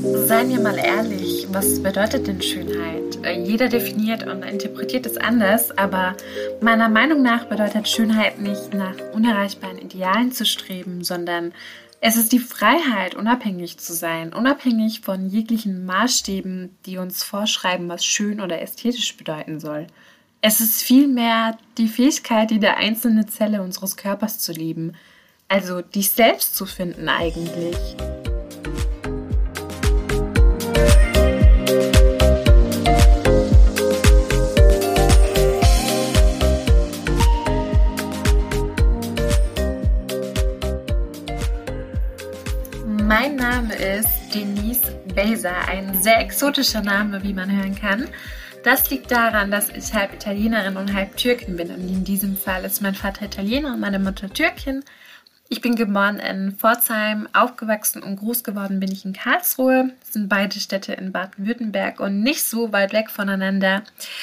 Seien wir mal ehrlich, was bedeutet denn Schönheit? Jeder definiert und interpretiert es anders, aber meiner Meinung nach bedeutet Schönheit nicht, nach unerreichbaren Idealen zu streben, sondern es ist die Freiheit, unabhängig zu sein, unabhängig von jeglichen Maßstäben, die uns vorschreiben, was schön oder ästhetisch bedeuten soll. Es ist vielmehr die Fähigkeit, jede einzelne Zelle unseres Körpers zu lieben, also dich selbst zu finden eigentlich. Mein Name ist Denise Beyser, ein sehr exotischer Name, wie man hören kann. Das liegt daran, dass ich halb Italienerin und halb Türkin bin und in diesem Fall ist mein Vater Italiener und meine Mutter Türkin. Ich bin geboren in Pforzheim, aufgewachsen und groß geworden bin ich in Karlsruhe. Das sind beide Städte in Baden-Württemberg und nicht so weit weg voneinander.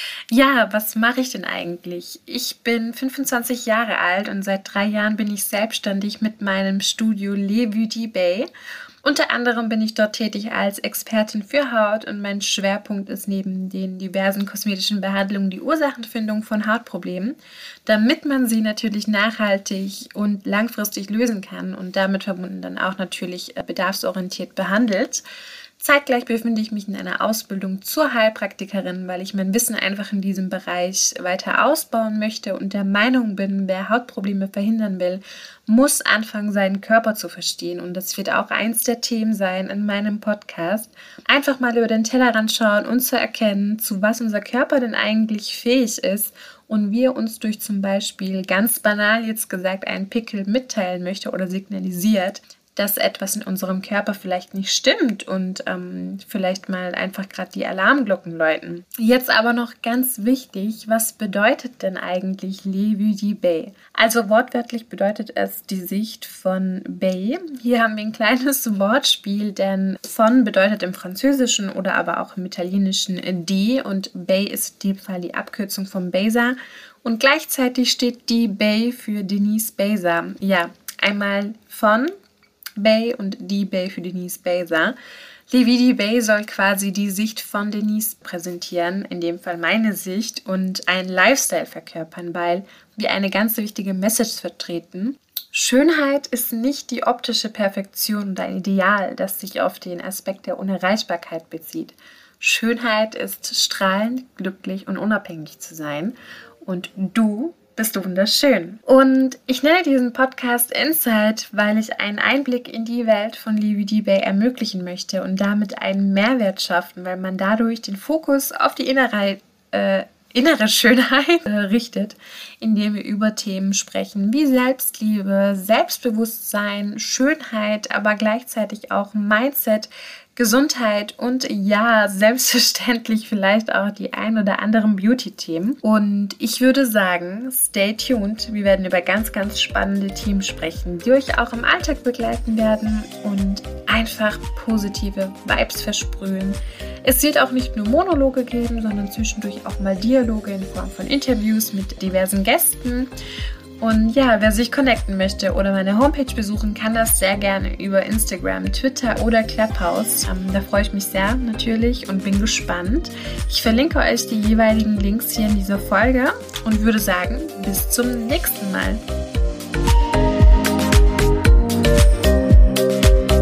Ja, was mache ich denn eigentlich? Ich bin 25 Jahre alt und seit 3 Jahren bin ich selbstständig mit meinem Studio Le Beauty Bay. Unter anderem bin ich dort tätig als Expertin für Haut und mein Schwerpunkt ist neben den diversen kosmetischen Behandlungen die Ursachenfindung von Hautproblemen, damit man sie natürlich nachhaltig und langfristig lösen kann und damit verbunden dann auch natürlich bedarfsorientiert behandelt. Zeitgleich befinde ich mich in einer Ausbildung zur Heilpraktikerin, weil ich mein Wissen einfach in diesem Bereich weiter ausbauen möchte und der Meinung bin, wer Hautprobleme verhindern will, muss anfangen, seinen Körper zu verstehen. Und das wird auch eins der Themen sein in meinem Podcast. Einfach mal über den Tellerrand schauen und zu erkennen, zu was unser Körper denn eigentlich fähig ist und wie er uns durch zum Beispiel, ganz banal jetzt gesagt, einen Pickel mitteilen möchte oder signalisiert, dass etwas in unserem Körper vielleicht nicht stimmt und vielleicht mal einfach gerade die Alarmglocken läuten. Jetzt aber noch ganz wichtig, was bedeutet denn eigentlich Le Beauty Bay? Also wortwörtlich bedeutet es die Sicht von Bay. Hier haben wir ein kleines Wortspiel, denn von bedeutet im Französischen oder aber auch im Italienischen die und Bay ist in dem Fall die Abkürzung von Beyser und gleichzeitig steht die Bay für Denise Beyser. Ja, einmal von Bay und die Bay für Denise Beyser. Le Beauty Bay soll quasi die Sicht von Denise präsentieren, in dem Fall meine Sicht, und einen Lifestyle verkörpern, weil wir eine ganz wichtige Message vertreten. Schönheit ist nicht die optische Perfektion oder ein Ideal, das sich auf den Aspekt der Unerreichbarkeit bezieht. Schönheit ist strahlend, glücklich und unabhängig zu sein und du bist du wunderschön. Und ich nenne diesen Podcast Insight, weil ich einen Einblick in die Welt von Le Beauty Bay ermöglichen möchte und damit einen Mehrwert schaffen, weil man dadurch den Fokus auf die innere Schönheit richtet, indem wir über Themen sprechen wie Selbstliebe, Selbstbewusstsein, Schönheit, aber gleichzeitig auch Mindset, Gesundheit und ja, selbstverständlich vielleicht auch die ein oder anderen Beauty-Themen. Und ich würde sagen, stay tuned. Wir werden über ganz, ganz spannende Themen sprechen, die euch auch im Alltag begleiten werden und einfach positive Vibes versprühen. Es wird auch nicht nur Monologe geben, sondern zwischendurch auch mal Dialoge in Form von Interviews mit diversen Gästen. Und ja, wer sich connecten möchte oder meine Homepage besuchen, kann das sehr gerne über Instagram, Twitter oder Clubhouse. Da freue ich mich sehr natürlich und bin gespannt. Ich verlinke euch die jeweiligen Links hier in dieser Folge und würde sagen, bis zum nächsten Mal.